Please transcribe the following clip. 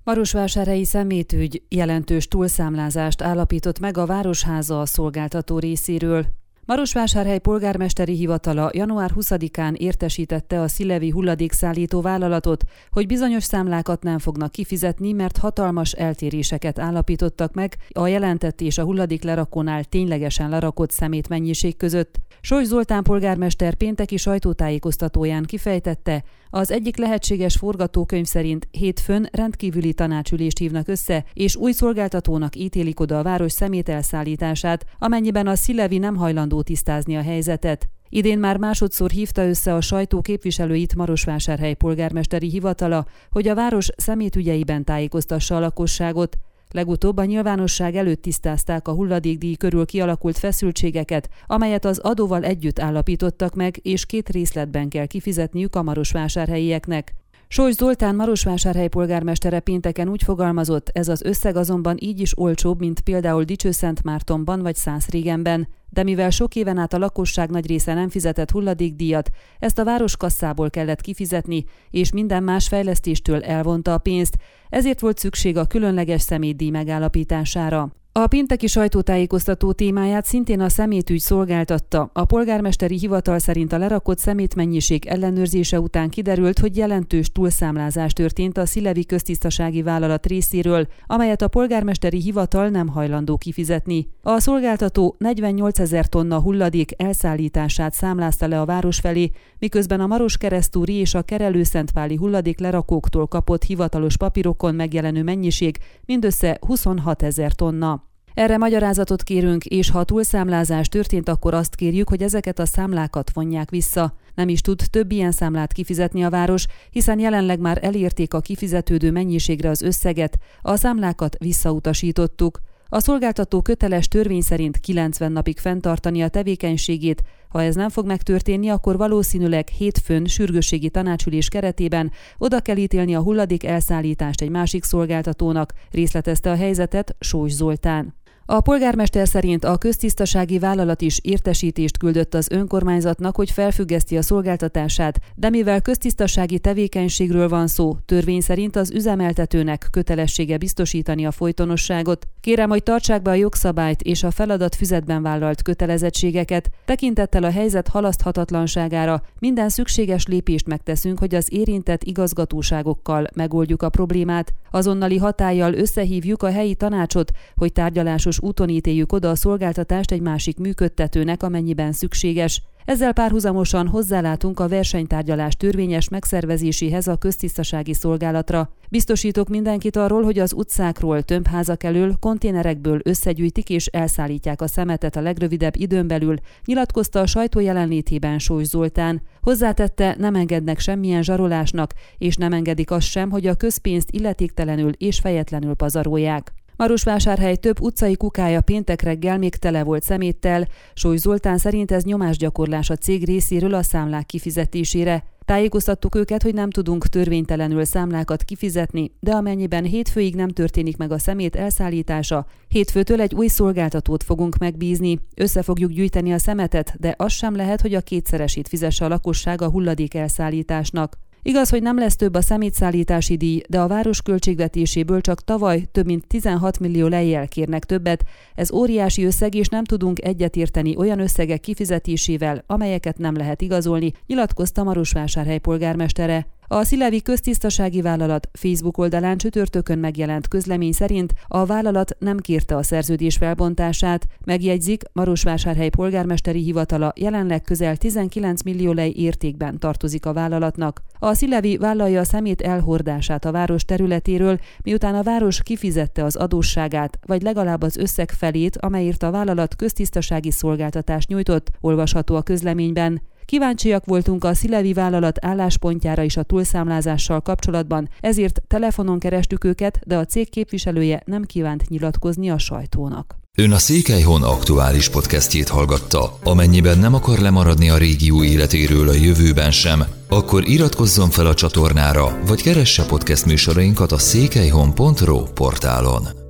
Marosvásárhelyi szemétügy jelentős túlszámlázást állapított meg a Városháza szolgáltató részéről. Marosvásárhely polgármesteri hivatala január 20-án értesítette a Szilevi hulladékszállító vállalatot, hogy bizonyos számlákat nem fognak kifizetni, mert hatalmas eltéréseket állapítottak meg a jelentett és a hulladéklerakónál ténylegesen lerakott szemét mennyiség között. Sojs Zoltán polgármester pénteki sajtótájékoztatóján kifejtette, az egyik lehetséges forgatókönyv szerint hétfőn rendkívüli tanácsülést hívnak össze, és új szolgáltatónak ítélik oda a város szemét elszállítását, amennyiben a Szilevi nem hajlandó tisztázni a helyzetet. Idén már másodszor hívta össze a sajtó képviselőit Marosvásárhely polgármesteri hivatala, hogy a város szemétügyeiben tájékoztassa a lakosságot. Legutóbb a nyilvánosság előtt tisztázták a hulladékdíj körül kialakult feszültségeket, amelyet az adóval együtt állapítottak meg, és 2 részletben kell kifizetniük a marosvásárhelyieknek. Sojs Zoltán Marosvásárhely polgármestere pénteken úgy fogalmazott, ez az összeg azonban így is olcsóbb, mint például Dicsőszentmártonban vagy Szászrégenben, de mivel sok éven át a lakosság nagy része nem fizetett hulladékdíjat, ezt a városkasszából kellett kifizetni, és minden más fejlesztéstől elvonta a pénzt, ezért volt szükség a különleges szemétdíj megállapítására. A pénteki sajtótájékoztató témáját szintén a szemétügy szolgáltatta. A polgármesteri hivatal szerint a lerakott szemétmennyiség ellenőrzése után kiderült, hogy jelentős túlszámlázás történt a Szilevi köztisztasági vállalat részéről, amelyet a polgármesteri hivatal nem hajlandó kifizetni. A szolgáltató 48 000 tonna hulladék elszállítását számlázta le a város felé, miközben a Maroskeresztúri és a Kerelőszentpáli hulladéklerakóktól kapott hivatalos papírokon megjelenő mennyiség mindössze 26 000 tonna. Erre magyarázatot kérünk, és ha túlszámlázás történt, akkor azt kérjük, hogy ezeket a számlákat vonják vissza. Nem is tud több ilyen számlát kifizetni a város, hiszen jelenleg már elérték a kifizetődő mennyiségre az összeget, a számlákat visszautasítottuk. A szolgáltató köteles törvény szerint 90 napig fenntartani a tevékenységét, ha ez nem fog megtörténni, akkor valószínűleg hétfőn sürgősségi tanácsülés keretében oda kell ítélni a hulladék elszállítást egy másik szolgáltatónak, részletezte a helyzetet Sojs Zoltán. A polgármester szerint a köztisztasági vállalat is értesítést küldött az önkormányzatnak, hogy felfüggeszti a szolgáltatását, de mivel köztisztasági tevékenységről van szó, törvény szerint az üzemeltetőnek kötelessége biztosítani a folytonosságot. Kérem, hogy tartsák be a jogszabályt és a feladatfüzetben vállalt kötelezettségeket, tekintettel a helyzet halaszthatatlanságára minden szükséges lépést megteszünk, hogy az érintett igazgatóságokkal megoldjuk a problémát. Azonnali hatállyal összehívjuk a helyi tanácsot, hogy tárgyalásos úton ítéljük oda a szolgáltatást egy másik működtetőnek, amennyiben szükséges. Ezzel párhuzamosan hozzálátunk a versenytárgyalás törvényes megszervezéséhez a köztisztasági szolgálatra. Biztosítok mindenkit arról, hogy az utcákról, tömbházak elől, konténerekből összegyűjtik és elszállítják a szemetet a legrövidebb időn belül, nyilatkozta a sajtó jelenlétében Sojs Zoltán. Hozzátette, nem engednek semmilyen zsarolásnak, és nem engedik azt sem, hogy a közpénzt illetéktelenül és fejetlenül pazarolják. Marosvásárhely több utcai kukája péntek reggel még tele volt szeméttel, Sojs Zoltán szerint ez nyomásgyakorlás a cég részéről a számlák kifizetésére. Tájékoztattuk őket, hogy nem tudunk törvénytelenül számlákat kifizetni, de amennyiben hétfőig nem történik meg a szemét elszállítása, hétfőtől egy új szolgáltatót fogunk megbízni. Össze fogjuk gyűjteni a szemetet, de az sem lehet, hogy a kétszeresét fizesse a lakosság a hulladék elszállításnak. Igaz, hogy nem lesz több a szemétszállítási díj, de a város költségvetéséből csak tavaly több mint 16 millió lejjel kérnek többet. Ez óriási összeg, és nem tudunk egyetérteni olyan összegek kifizetésével, amelyeket nem lehet igazolni, nyilatkozta Marosvásárhely polgármestere. A Szilevi köztisztasági vállalat Facebook oldalán csütörtökön megjelent közlemény szerint a vállalat nem kérte a szerződés felbontását. Megjegyzik, Marosvásárhely polgármesteri hivatala jelenleg közel 19 millió lej értékben tartozik a vállalatnak. A Szilevi vállalja a szemét elhordását a város területéről, miután a város kifizette az adósságát, vagy legalább az összeg felét, amelyért a vállalat köztisztasági szolgáltatást nyújtott, olvasható a közleményben. Kíváncsiak voltunk a Szilevi vállalat álláspontjára is a túlszámlázással kapcsolatban, ezért telefonon kerestük őket, de a cég képviselője nem kívánt nyilatkozni a sajtónak. Ön a Székelyhon aktuális podcastjét hallgatta. Amennyiben nem akar lemaradni a régió életéről a jövőben sem, akkor iratkozzon fel a csatornára, vagy keresse podcast műsorainkat a székelyhon.ro portálon.